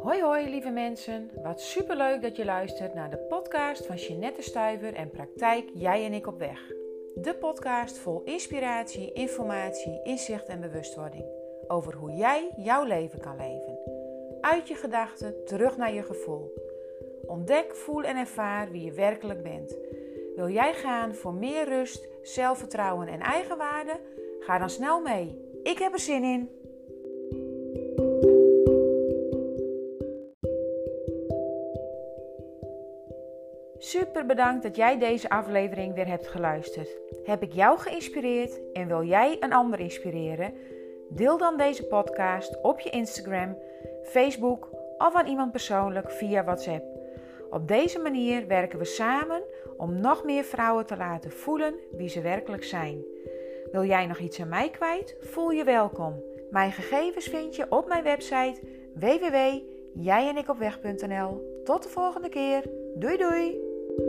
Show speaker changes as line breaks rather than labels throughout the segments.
Hoi hoi lieve mensen, wat superleuk dat je luistert naar de podcast van Jeanette Stuyver en Praktijk Jij en ik op weg. De podcast vol inspiratie, informatie, inzicht en bewustwording over hoe jij jouw leven kan leven. Uit je gedachten, terug naar je gevoel. Ontdek, voel en ervaar wie je werkelijk bent. Wil jij gaan voor meer rust, zelfvertrouwen en eigenwaarde? Ga dan snel mee. Ik heb er zin in. Super bedankt dat jij deze aflevering weer hebt geluisterd. Heb ik jou geïnspireerd en wil jij een ander inspireren? Deel dan deze podcast op je Instagram, Facebook of aan iemand persoonlijk via WhatsApp. Op deze manier werken we samen om nog meer vrouwen te laten voelen wie ze werkelijk zijn. Wil jij nog iets aan mij kwijt? Voel je welkom. Mijn gegevens vind je op mijn website www.jijenikopweg.nl. Tot de volgende keer. Doei doei!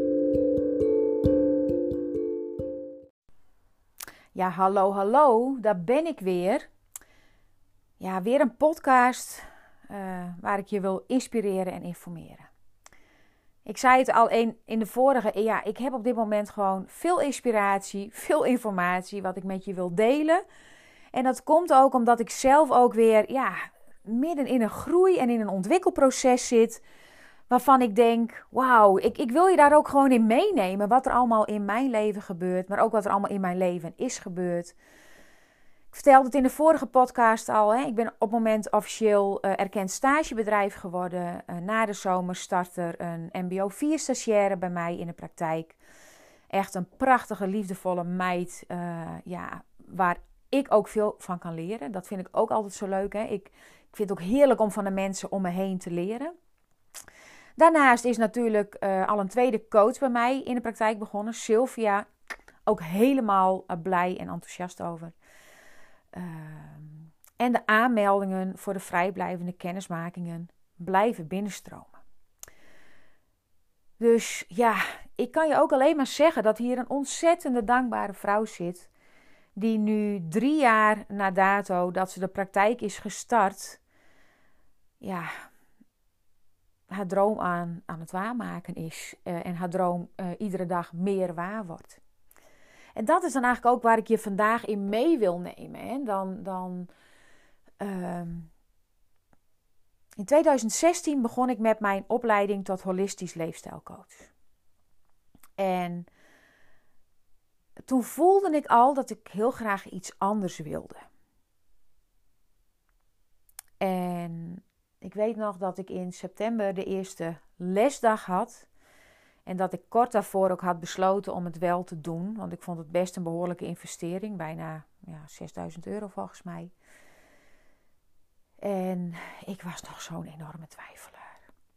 Ja, hallo, daar ben ik weer. Ja, weer een podcast waar ik je wil inspireren en informeren. Ik zei het al in de vorige, ja, ik heb op dit moment gewoon veel inspiratie, veel informatie wat ik met je wil delen. En dat komt ook omdat ik zelf ook weer midden in een groei en in een ontwikkelproces zit. Waarvan ik denk, wauw, ik wil je daar ook gewoon in meenemen. Wat er allemaal in mijn leven gebeurt. Maar ook wat er allemaal in mijn leven is gebeurd. Ik vertelde het in de vorige podcast al. Ik ben op het moment officieel erkend stagebedrijf geworden. Na de zomer start er een mbo 4 stagiaire bij mij in de praktijk. Echt een prachtige, liefdevolle meid. Waar ik ook veel van kan leren. Dat vind ik ook altijd zo leuk. Ik vind het ook heerlijk om van de mensen om me heen te leren. Daarnaast is natuurlijk al een tweede coach bij mij in de praktijk begonnen. Sylvia, ook helemaal blij en enthousiast over. En de aanmeldingen voor de vrijblijvende kennismakingen blijven binnenstromen. Dus ja, ik kan je ook alleen maar zeggen dat hier een ontzettende dankbare vrouw zit. Die nu 3 jaar na dato dat ze de praktijk is gestart, haar droom aan het waarmaken is. En haar droom iedere dag meer waar wordt. En dat is dan eigenlijk ook waar ik je vandaag in mee wil nemen. In 2016 begon ik met mijn opleiding tot holistisch leefstijlcoach. En toen voelde ik al dat ik heel graag iets anders wilde. En ik weet nog dat ik in september de eerste lesdag had. En dat ik kort daarvoor ook had besloten om het wel te doen. Want ik vond het best een behoorlijke investering. Bijna €6.000 volgens mij. En ik was nog zo'n enorme twijfelaar.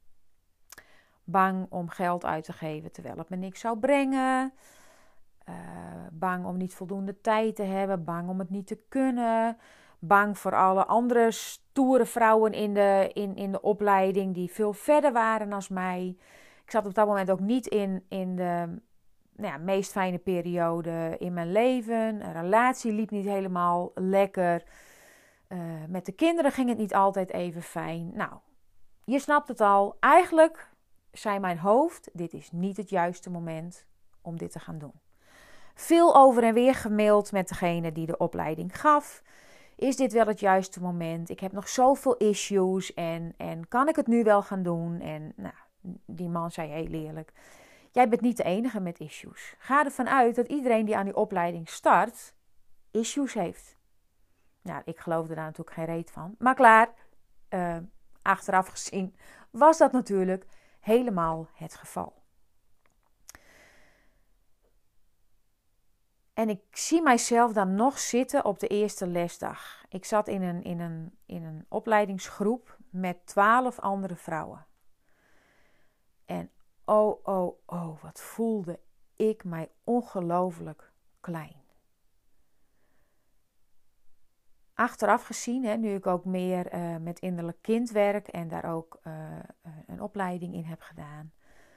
Bang om geld uit te geven terwijl het me niks zou brengen. Bang om niet voldoende tijd te hebben. Bang om het niet te kunnen. Bang voor alle andere stoere vrouwen in de opleiding die veel verder waren dan mij. Ik zat op dat moment ook niet in de meest fijne periode in mijn leven. Een relatie liep niet helemaal lekker. Met de kinderen ging het niet altijd even fijn. Nou, je snapt het al. Eigenlijk zei mijn hoofd, dit is niet het juiste moment om dit te gaan doen. Veel over en weer gemaild met degene die de opleiding gaf. Is dit wel het juiste moment? Ik heb nog zoveel issues en kan ik het nu wel gaan doen? En die man zei heel eerlijk, jij bent niet de enige met issues. Ga ervan uit dat iedereen die aan die opleiding start, issues heeft. Nou, ik geloofde daar natuurlijk geen reet van. Maar klaar, achteraf gezien was dat natuurlijk helemaal het geval. En ik zie mijzelf dan nog zitten op de eerste lesdag. Ik zat in een opleidingsgroep met 12 andere vrouwen. En wat voelde ik mij ongelooflijk klein. Achteraf gezien, nu ik ook meer met innerlijk kind werk en daar ook een opleiding in heb gedaan,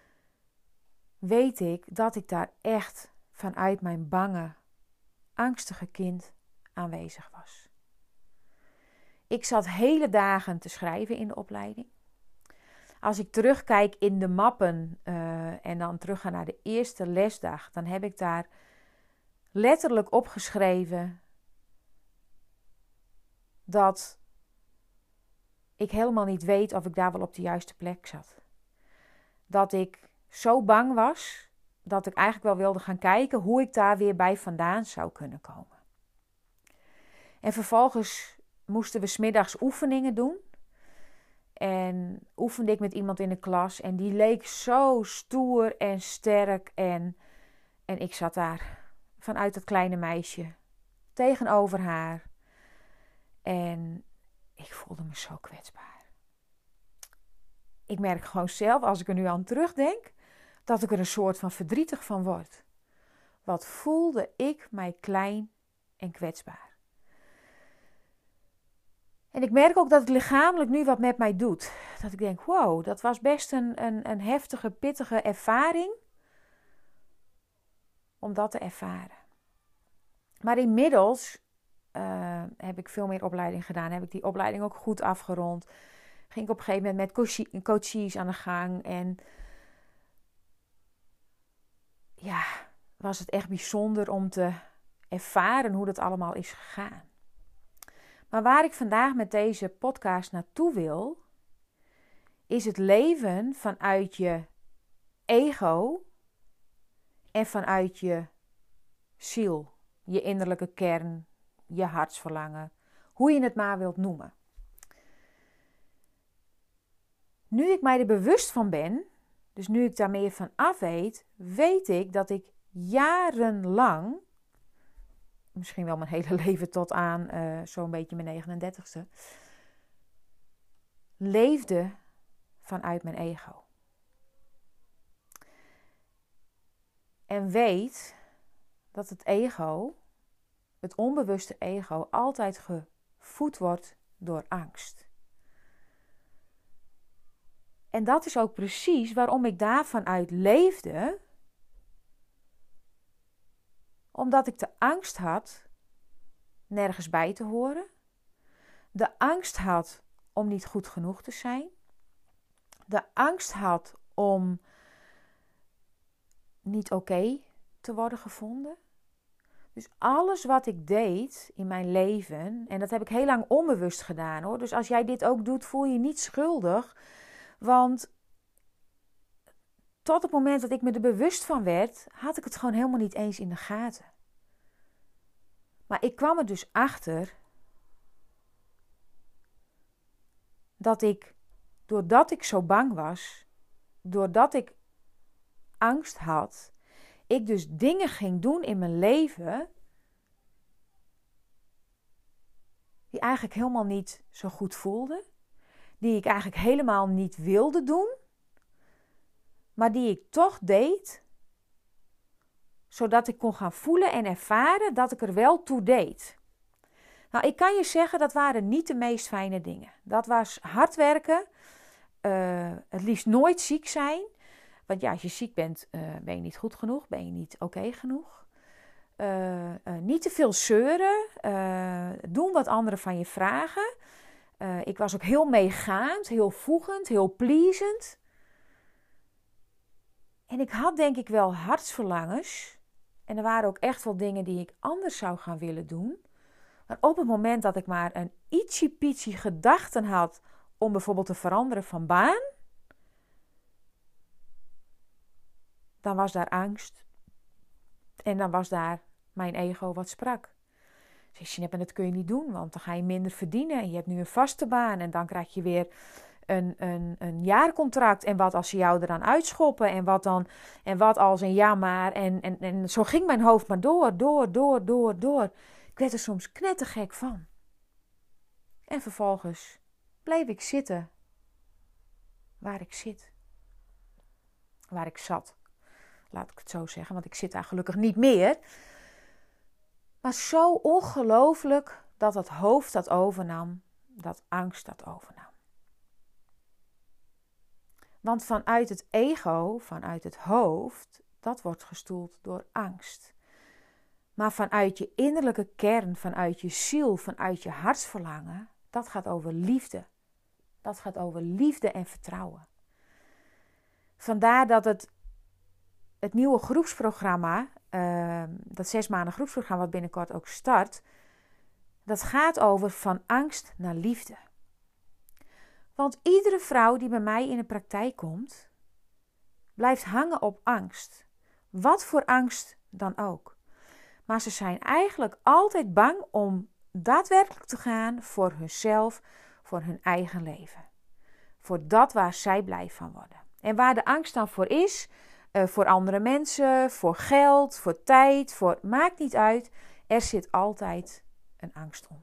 weet ik dat ik daar echt vanuit mijn bange, angstige kind aanwezig was. Ik zat hele dagen te schrijven in de opleiding. Als ik terugkijk in de mappen en dan terug ga naar de eerste lesdag, dan heb ik daar letterlijk opgeschreven dat ik helemaal niet weet of ik daar wel op de juiste plek zat. Dat ik zo bang was dat ik eigenlijk wel wilde gaan kijken hoe ik daar weer bij vandaan zou kunnen komen. En vervolgens moesten we 's middags oefeningen doen. En oefende ik met iemand in de klas. En die leek zo stoer en sterk. En ik zat daar vanuit dat kleine meisje tegenover haar. En ik voelde me zo kwetsbaar. Ik merk gewoon zelf, als ik er nu aan terugdenk, dat ik er een soort van verdrietig van word. Wat voelde ik mij klein en kwetsbaar. En ik merk ook dat het lichamelijk nu wat met mij doet. Dat ik denk, wow, dat was best een heftige, pittige ervaring. Om dat te ervaren. Maar inmiddels heb ik veel meer opleiding gedaan. Heb ik die opleiding ook goed afgerond. Ging ik op een gegeven moment met coaches aan de gang. En ja, was het echt bijzonder om te ervaren hoe dat allemaal is gegaan. Maar waar ik vandaag met deze podcast naartoe wil, is het leven vanuit je ego en vanuit je ziel, je innerlijke kern, je hartsverlangen, hoe je het maar wilt noemen. Nu ik mij er bewust van ben, dus nu ik daar meer van af weet, weet ik dat ik jarenlang, misschien wel mijn hele leven tot aan zo'n beetje mijn 39ste, leefde vanuit mijn ego. En weet dat het ego, het onbewuste ego, altijd gevoed wordt door angst. En dat is ook precies waarom ik daarvan uit leefde. Omdat ik de angst had nergens bij te horen. De angst had om niet goed genoeg te zijn. De angst had om niet oké te worden gevonden. Dus alles wat ik deed in mijn leven, en dat heb ik heel lang onbewust gedaan hoor. Dus als jij dit ook doet, voel je niet schuldig. Want tot het moment dat ik me er bewust van werd, had ik het gewoon helemaal niet eens in de gaten. Maar ik kwam er dus achter dat ik, doordat ik zo bang was, doordat ik angst had, ik dus dingen ging doen in mijn leven die eigenlijk helemaal niet zo goed voelden. Die ik eigenlijk helemaal niet wilde doen. Maar die ik toch deed. Zodat ik kon gaan voelen en ervaren dat ik er wel toe deed. Nou, ik kan je zeggen, dat waren niet de meest fijne dingen. Dat was hard werken. Het liefst nooit ziek zijn. Want ja, als je ziek bent, ben je niet goed genoeg. Ben je niet oké genoeg. Niet te veel zeuren. Doen wat anderen van je vragen. Ik was ook heel meegaand, heel voegend, heel pleasend. En ik had denk ik wel hartsverlangens. En er waren ook echt wel dingen die ik anders zou gaan willen doen. Maar op het moment dat ik maar een ietsiepietsie gedachten had om bijvoorbeeld te veranderen van baan, dan was daar angst. En dan was daar mijn ego wat sprak. Dus Jeanette, dat kun je niet doen, want dan ga je minder verdienen. En je hebt nu een vaste baan en dan krijg je weer een jaarcontract. En wat als ze jou er dan uitschoppen? En wat als een ja maar? En zo ging mijn hoofd maar door. Ik werd er soms knettergek van. En vervolgens bleef ik zitten waar ik zit. Waar ik zat. Laat ik het zo zeggen, want ik zit daar gelukkig niet meer. Maar zo ongelooflijk dat het hoofd dat overnam, dat angst dat overnam. Want vanuit het ego, vanuit het hoofd, dat wordt gestoeld door angst. Maar vanuit je innerlijke kern, vanuit je ziel, vanuit je hartsverlangen, dat gaat over liefde. Dat gaat over liefde en vertrouwen. Vandaar dat het nieuwe groepsprogramma, dat 6 maanden groepsprogramma wat binnenkort ook start, dat gaat over van angst naar liefde. Want iedere vrouw die bij mij in de praktijk komt, blijft hangen op angst. Wat voor angst dan ook. Maar ze zijn eigenlijk altijd bang om daadwerkelijk te gaan voor hunzelf, voor hun eigen leven. Voor dat waar zij blij van worden. En waar de angst dan voor is, voor andere mensen, voor geld, voor tijd, maakt niet uit. Er zit altijd een angst onder.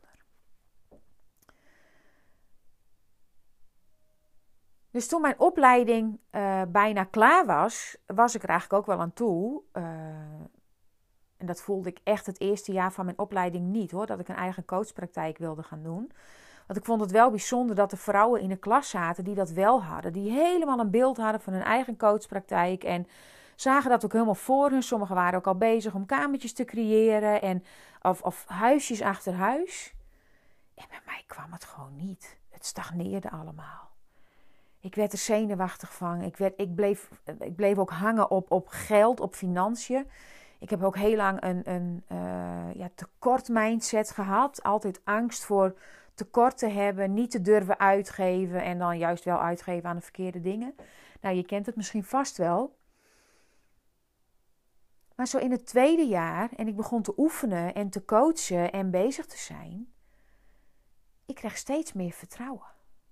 Dus toen mijn opleiding bijna klaar was ik er eigenlijk ook wel aan toe. En dat voelde ik echt het eerste jaar van mijn opleiding niet hoor. Dat ik een eigen coachpraktijk wilde gaan doen. Want ik vond het wel bijzonder dat er vrouwen in de klas zaten die dat wel hadden. Die helemaal een beeld hadden van hun eigen coachpraktijk. En zagen dat ook helemaal voor hun. Sommigen waren ook al bezig om kamertjes te creëren. Of huisjes achter huis. En bij mij kwam het gewoon niet. Het stagneerde allemaal. Ik werd er zenuwachtig van. Ik bleef ook hangen op geld, op financiën. Ik heb ook heel lang een tekort mindset gehad. Altijd angst voor tekort te hebben, niet te durven uitgeven en dan juist wel uitgeven aan de verkeerde dingen. Nou, je kent het misschien vast wel. Maar zo in het tweede jaar, en ik begon te oefenen en te coachen en bezig te zijn, ik kreeg steeds meer vertrouwen.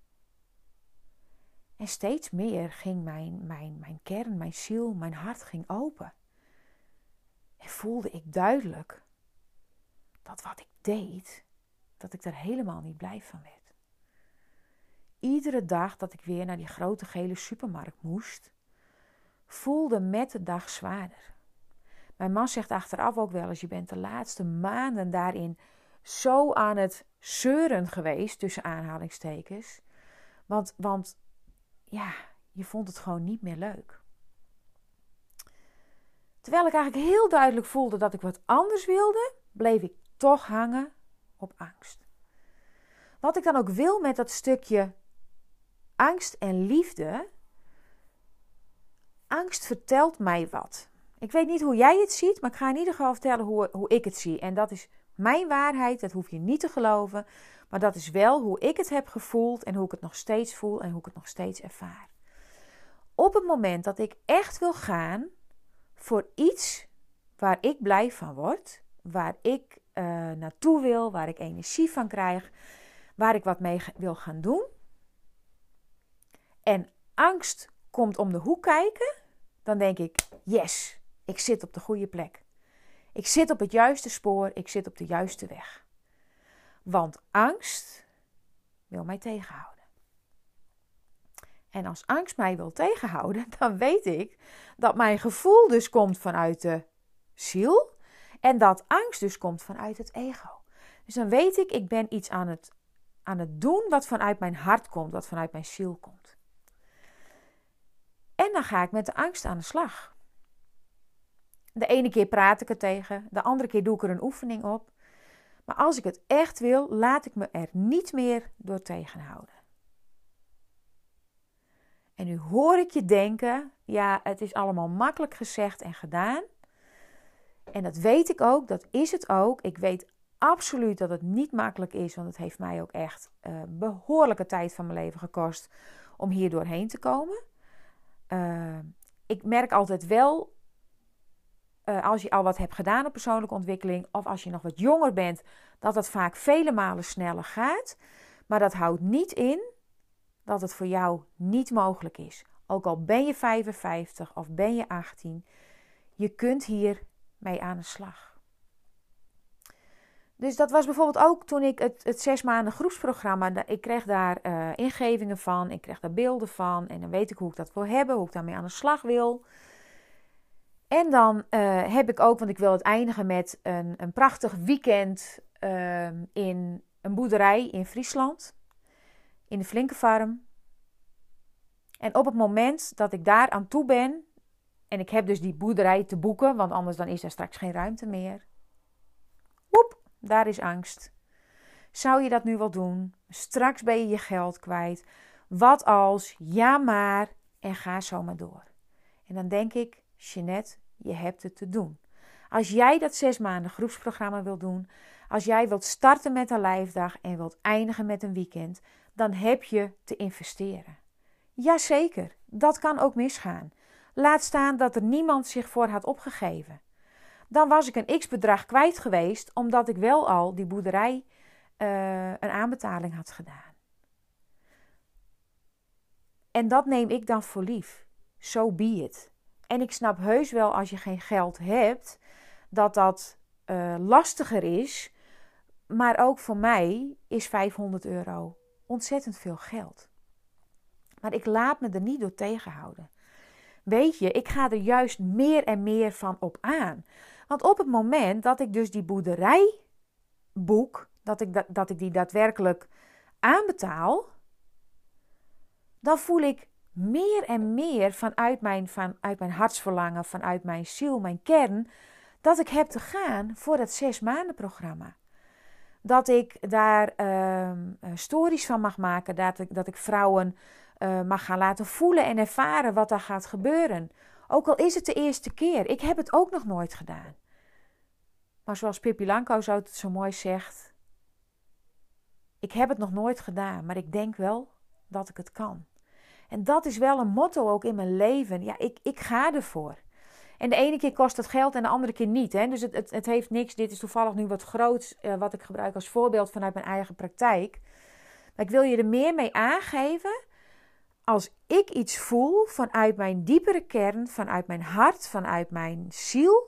En steeds meer ging mijn kern, mijn ziel, mijn hart ging open. En voelde ik duidelijk dat wat ik deed, dat ik daar helemaal niet blij van werd. Iedere dag dat ik weer naar die grote gele supermarkt moest, voelde met de dag zwaarder. Mijn man zegt achteraf ook wel eens, je bent de laatste maanden daarin zo aan het zeuren geweest, tussen aanhalingstekens. Want ja, je vond het gewoon niet meer leuk. Terwijl ik eigenlijk heel duidelijk voelde dat ik wat anders wilde, bleef ik toch hangen op angst. Wat ik dan ook wil met dat stukje angst en liefde. Angst vertelt mij wat. Ik weet niet hoe jij het ziet, maar ik ga in ieder geval vertellen hoe ik het zie. En dat is mijn waarheid, dat hoef je niet te geloven. Maar dat is wel hoe ik het heb gevoeld en hoe ik het nog steeds voel en hoe ik het nog steeds ervaar. Op het moment dat ik echt wil gaan voor iets waar ik blij van word, waar ik naartoe wil, waar ik energie van krijg, waar ik wat mee wil gaan doen. En angst komt om de hoek kijken, dan denk ik, yes, ik zit op de goede plek. Ik zit op het juiste spoor, ik zit op de juiste weg. Want angst wil mij tegenhouden. En als angst mij wil tegenhouden, dan weet ik dat mijn gevoel dus komt vanuit de ziel en dat angst dus komt vanuit het ego. Dus dan weet ik ben iets aan het doen wat vanuit mijn hart komt, wat vanuit mijn ziel komt. En dan ga ik met de angst aan de slag. De ene keer praat ik er tegen, de andere keer doe ik er een oefening op. Maar als ik het echt wil, laat ik me er niet meer door tegenhouden. En nu hoor ik je denken, ja, het is allemaal makkelijk gezegd en gedaan. En dat weet ik ook, dat is het ook. Ik weet absoluut dat het niet makkelijk is, want het heeft mij ook echt behoorlijke tijd van mijn leven gekost om hier doorheen te komen. Ik merk altijd wel, als je al wat hebt gedaan op persoonlijke ontwikkeling, of als je nog wat jonger bent, dat het vaak vele malen sneller gaat. Maar dat houdt niet in dat het voor jou niet mogelijk is. Ook al ben je 55 of ben je 18, je kunt hier mee aan de slag. Dus dat was bijvoorbeeld ook toen ik het 6 maanden groepsprogramma, ik kreeg daar ingevingen van, ik kreeg daar beelden van en dan weet ik hoe ik dat wil hebben, hoe ik daarmee aan de slag wil. En dan heb ik ook, want ik wil het eindigen met een prachtig weekend in een boerderij in Friesland, in de Flinkenfarm. En op het moment dat ik daar aan toe ben, en ik heb dus die boerderij te boeken, want anders dan is er straks geen ruimte meer. Woep, daar is angst. Zou je dat nu wel doen? Straks ben je je geld kwijt. Wat als? Ja maar. En ga zo maar door. En dan denk ik, Jeanette, je hebt het te doen. Als jij dat 6 maanden groepsprogramma wilt doen, als jij wilt starten met een lijfdag en wilt eindigen met een weekend, dan heb je te investeren. Jazeker, dat kan ook misgaan. Laat staan dat er niemand zich voor had opgegeven. Dan was ik een x-bedrag kwijt geweest, omdat ik wel al die boerderij een aanbetaling had gedaan. En dat neem ik dan voor lief. So be it. En ik snap heus wel als je geen geld hebt, dat lastiger is. Maar ook voor mij is €500 ontzettend veel geld. Maar ik laat me er niet door tegenhouden. Weet je, ik ga er juist meer en meer van op aan. Want op het moment dat ik dus die boerderij boek, dat ik die daadwerkelijk aanbetaal, dan voel ik meer en meer vanuit mijn hartsverlangen, vanuit mijn ziel, mijn kern, dat ik heb te gaan voor dat 6 maanden programma. Dat ik daar stories van mag maken, dat ik vrouwen mag gaan laten voelen en ervaren wat er gaat gebeuren. Ook al is het de eerste keer, ik heb het ook nog nooit gedaan. Maar zoals Pippi Langkous het zo mooi zegt, ik heb het nog nooit gedaan, maar ik denk wel dat ik het kan. En dat is wel een motto ook in mijn leven. Ja, ik ga ervoor. En de ene keer kost het geld en de andere keer niet. Hè? Dus het heeft niks. Dit is toevallig nu wat groots wat ik gebruik als voorbeeld vanuit mijn eigen praktijk. Maar ik wil je er meer mee aangeven. Als ik iets voel vanuit mijn diepere kern, vanuit mijn hart, vanuit mijn ziel.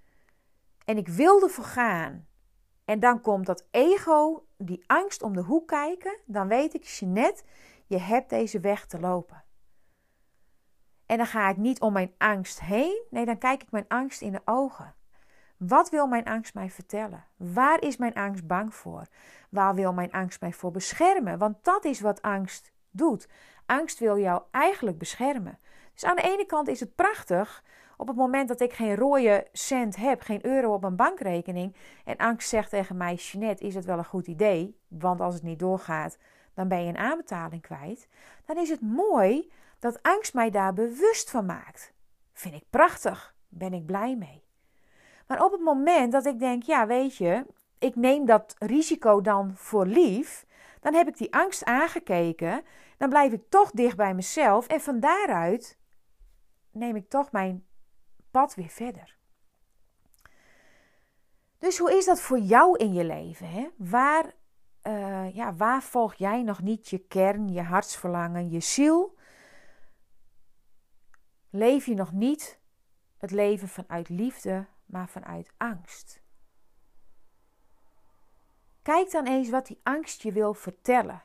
En ik wil ervoor gaan. En dan komt dat ego, die angst om de hoek kijken. Dan weet ik, Jeanette, je hebt deze weg te lopen. En dan ga ik niet om mijn angst heen. Nee, dan kijk ik mijn angst in de ogen. Wat wil mijn angst mij vertellen? Waar is mijn angst bang voor? Waar wil mijn angst mij voor beschermen? Want dat is wat angst doet. Angst wil jou eigenlijk beschermen. Dus aan de ene kant is het prachtig. Op het moment dat ik geen rode cent heb, geen euro op mijn bankrekening. En angst zegt tegen mij, Jeanette, is het wel een goed idee? Want als het niet doorgaat, dan ben je een aanbetaling kwijt. Dan is het mooi dat angst mij daar bewust van maakt. Vind ik prachtig. Ben ik blij mee. Maar op het moment dat ik denk, ja weet je, ik neem dat risico dan voor lief. Dan heb ik die angst aangekeken. Dan blijf ik toch dicht bij mezelf. En van daaruit neem ik toch mijn pad weer verder. Dus hoe is dat voor jou in je leven? Hè? Waar volg jij nog niet je kern, je hartsverlangen, je ziel? Leef je nog niet het leven vanuit liefde, maar vanuit angst? Kijk dan eens wat die angst je wil vertellen.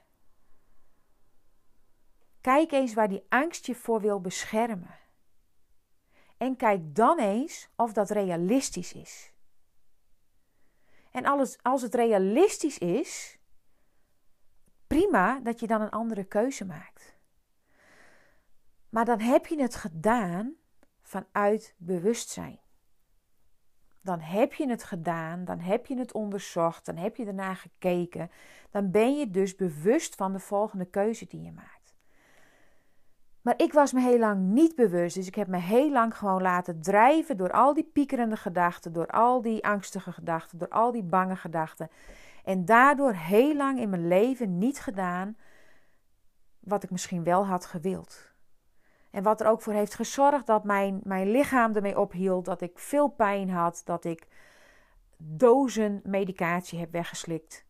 Kijk eens waar die angst je voor wil beschermen. En kijk dan eens of dat realistisch is. En als het realistisch is, prima dat je dan een andere keuze maakt. Maar dan heb je het gedaan vanuit bewustzijn. Dan heb je het gedaan, dan heb je het onderzocht, dan heb je ernaar gekeken. Dan ben je dus bewust van de volgende keuze die je maakt. Maar ik was me heel lang niet bewust. Dus ik heb me heel lang gewoon laten drijven door al die piekerende gedachten, door al die angstige gedachten, door al die bange gedachten. En daardoor heel lang in mijn leven niet gedaan wat ik misschien wel had gewild. En wat er ook voor heeft gezorgd dat mijn lichaam ermee ophield, dat ik veel pijn had, dat ik dozen medicatie heb weggeslikt.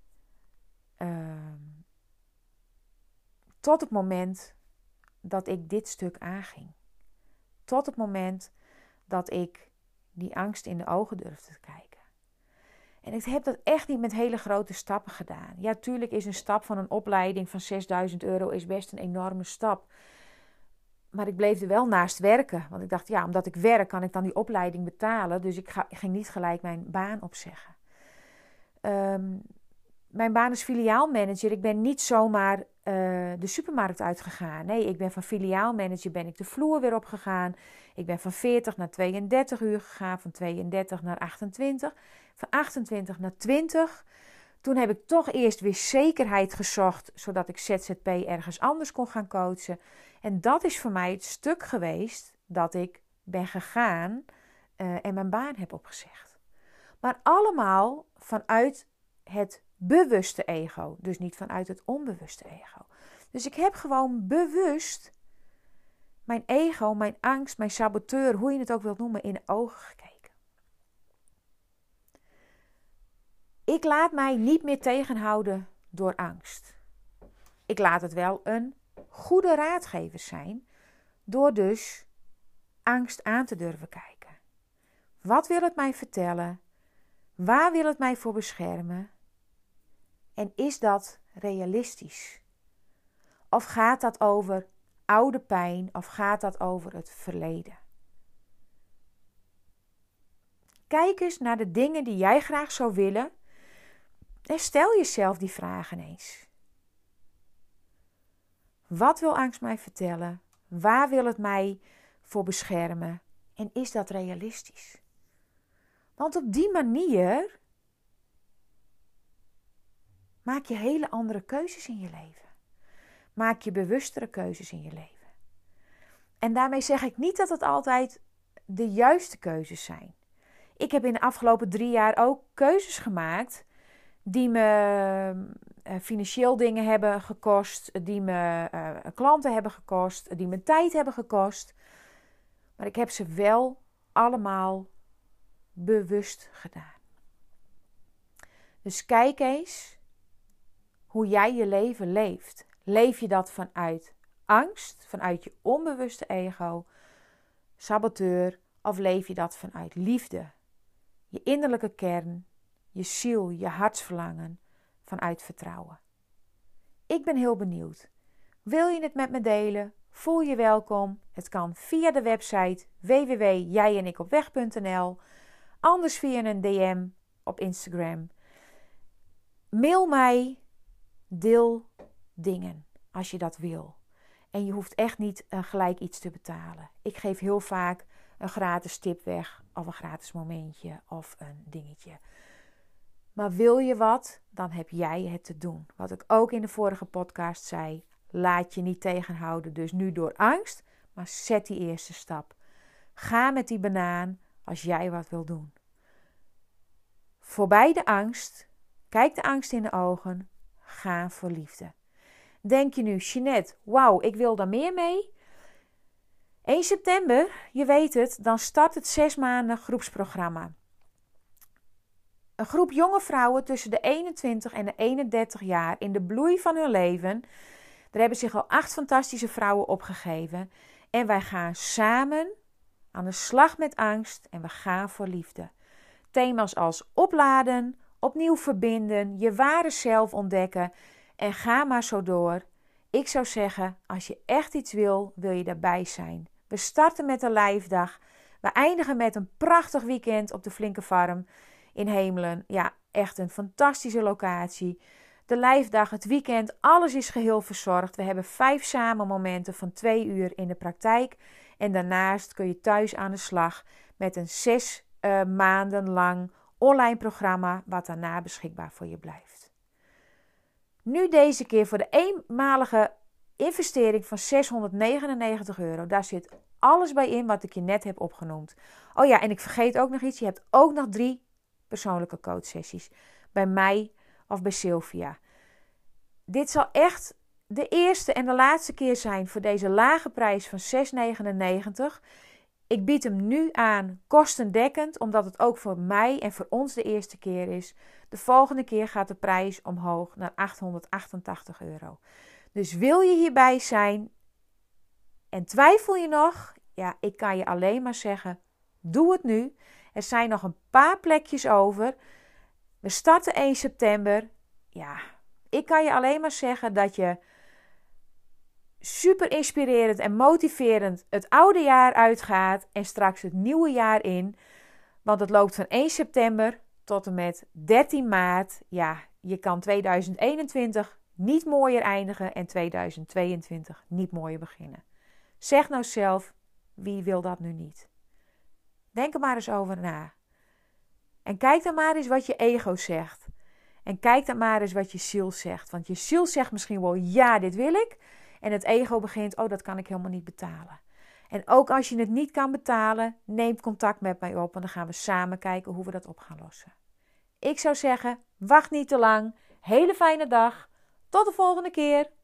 Tot het moment dat ik dit stuk aanging. Tot het moment dat ik die angst in de ogen durfde te kijken. En ik heb dat echt niet met hele grote stappen gedaan. Ja, tuurlijk is een stap van een opleiding van €6.000 is best een enorme stap. Maar ik bleef er wel naast werken. Want ik dacht, ja, omdat ik werk kan ik dan die opleiding betalen. Dus ik ging niet gelijk mijn baan opzeggen. Mijn baan is filiaalmanager. Ik ben niet zomaar de supermarkt uitgegaan. Nee, ik ben van filiaalmanager ben ik de vloer weer opgegaan. Ik ben van 40 naar 32 uur gegaan. Van 32 naar 28. Van 28 naar 20. Toen heb ik toch eerst weer zekerheid gezocht, zodat ik ZZP ergens anders kon gaan coachen. En dat is voor mij het stuk geweest dat ik ben gegaan en mijn baan heb opgezegd. Maar allemaal vanuit het bewuste ego. Dus niet vanuit het onbewuste ego. Dus ik heb gewoon bewust mijn ego, mijn angst, mijn saboteur, hoe je het ook wilt noemen, in de ogen gekeken. Ik laat mij niet meer tegenhouden door angst. Ik laat het wel een goede raadgever zijn, door dus angst aan te durven kijken. Wat wil het mij vertellen? Waar wil het mij voor beschermen? En is dat realistisch? Of gaat dat over oude pijn? Of gaat dat over het verleden? Kijk eens naar de dingen die jij graag zou willen. En stel jezelf die vragen eens. Wat wil angst mij vertellen? Waar wil het mij voor beschermen? En is dat realistisch? Want op die manier maak je hele andere keuzes in je leven. Maak je bewustere keuzes in je leven. En daarmee zeg ik niet dat het altijd de juiste keuzes zijn. Ik heb in de afgelopen 3 jaar ook keuzes gemaakt die me financieel dingen hebben gekost, die me klanten hebben gekost, die me tijd hebben gekost. Maar ik heb ze wel allemaal bewust gedaan. Dus kijk eens hoe jij je leven leeft. Leef je dat vanuit angst, vanuit je onbewuste ego, saboteur, of leef je dat vanuit liefde, je innerlijke kern, je ziel, je hartsverlangen, vanuit vertrouwen? Ik ben heel benieuwd. Wil je het met me delen? Voel je welkom. Het kan via de website www.jijenikopweg.nl, anders via een DM op Instagram. Mail mij, deel dingen als je dat wil. En je hoeft echt niet gelijk iets te betalen. Ik geef heel vaak een gratis tip weg, of een gratis momentje, of een dingetje. Maar wil je wat, dan heb jij het te doen. Wat ik ook in de vorige podcast zei, laat je niet tegenhouden, dus nu door angst, maar zet die eerste stap. Ga met die banaan als jij wat wil doen. Voorbij de angst, kijk de angst in de ogen, ga voor liefde. Denk je nu, Jeanette, wauw, ik wil daar meer mee? 1 september, je weet het, dan start het 6 maanden groepsprogramma. Een groep jonge vrouwen tussen de 21 en de 31 jaar in de bloei van hun leven. Er hebben zich al 8 fantastische vrouwen opgegeven. En wij gaan samen aan de slag met angst en we gaan voor liefde. Thema's als opladen, opnieuw verbinden, je ware zelf ontdekken en ga maar zo door. Ik zou zeggen, als je echt iets wil, wil je daarbij zijn. We starten met een lijfdag. We eindigen met een prachtig weekend op de Flinke Farm in Hemelen. Ja, echt een fantastische locatie. De lijfdag, het weekend, alles is geheel verzorgd. We hebben 5 samenmomenten van 2 uur in de praktijk. En daarnaast kun je thuis aan de slag met een 6 maanden lang online programma wat daarna beschikbaar voor je blijft. Nu deze keer voor de eenmalige investering van €699. Daar zit alles bij in wat ik je net heb opgenoemd. Oh ja, en ik vergeet ook nog iets. Je hebt ook nog 3 persoonlijke coachsessies. Bij mij of bij Sylvia. Dit zal echt de eerste en de laatste keer zijn voor deze lage prijs van €699. Ik bied hem nu aan kostendekkend, omdat het ook voor mij en voor ons de eerste keer is. De volgende keer gaat de prijs omhoog naar €888. Dus wil je hierbij zijn en twijfel je nog? Ja, ik kan je alleen maar zeggen, doe het nu. Er zijn nog een paar plekjes over. We starten 1 september. Ja, ik kan je alleen maar zeggen dat je super inspirerend en motiverend het oude jaar uitgaat en straks het nieuwe jaar in. Want het loopt van 1 september tot en met 13 maart. Ja, je kan 2021 niet mooier eindigen en 2022 niet mooier beginnen. Zeg nou zelf, wie wil dat nu niet? Denk er maar eens over na. En kijk dan maar eens wat je ego zegt. En kijk dan maar eens wat je ziel zegt. Want je ziel zegt misschien wel, ja, dit wil ik. En het ego begint, oh, dat kan ik helemaal niet betalen. En ook als je het niet kan betalen, neem contact met mij op en dan gaan we samen kijken hoe we dat op gaan lossen. Ik zou zeggen, wacht niet te lang. Hele fijne dag. Tot de volgende keer.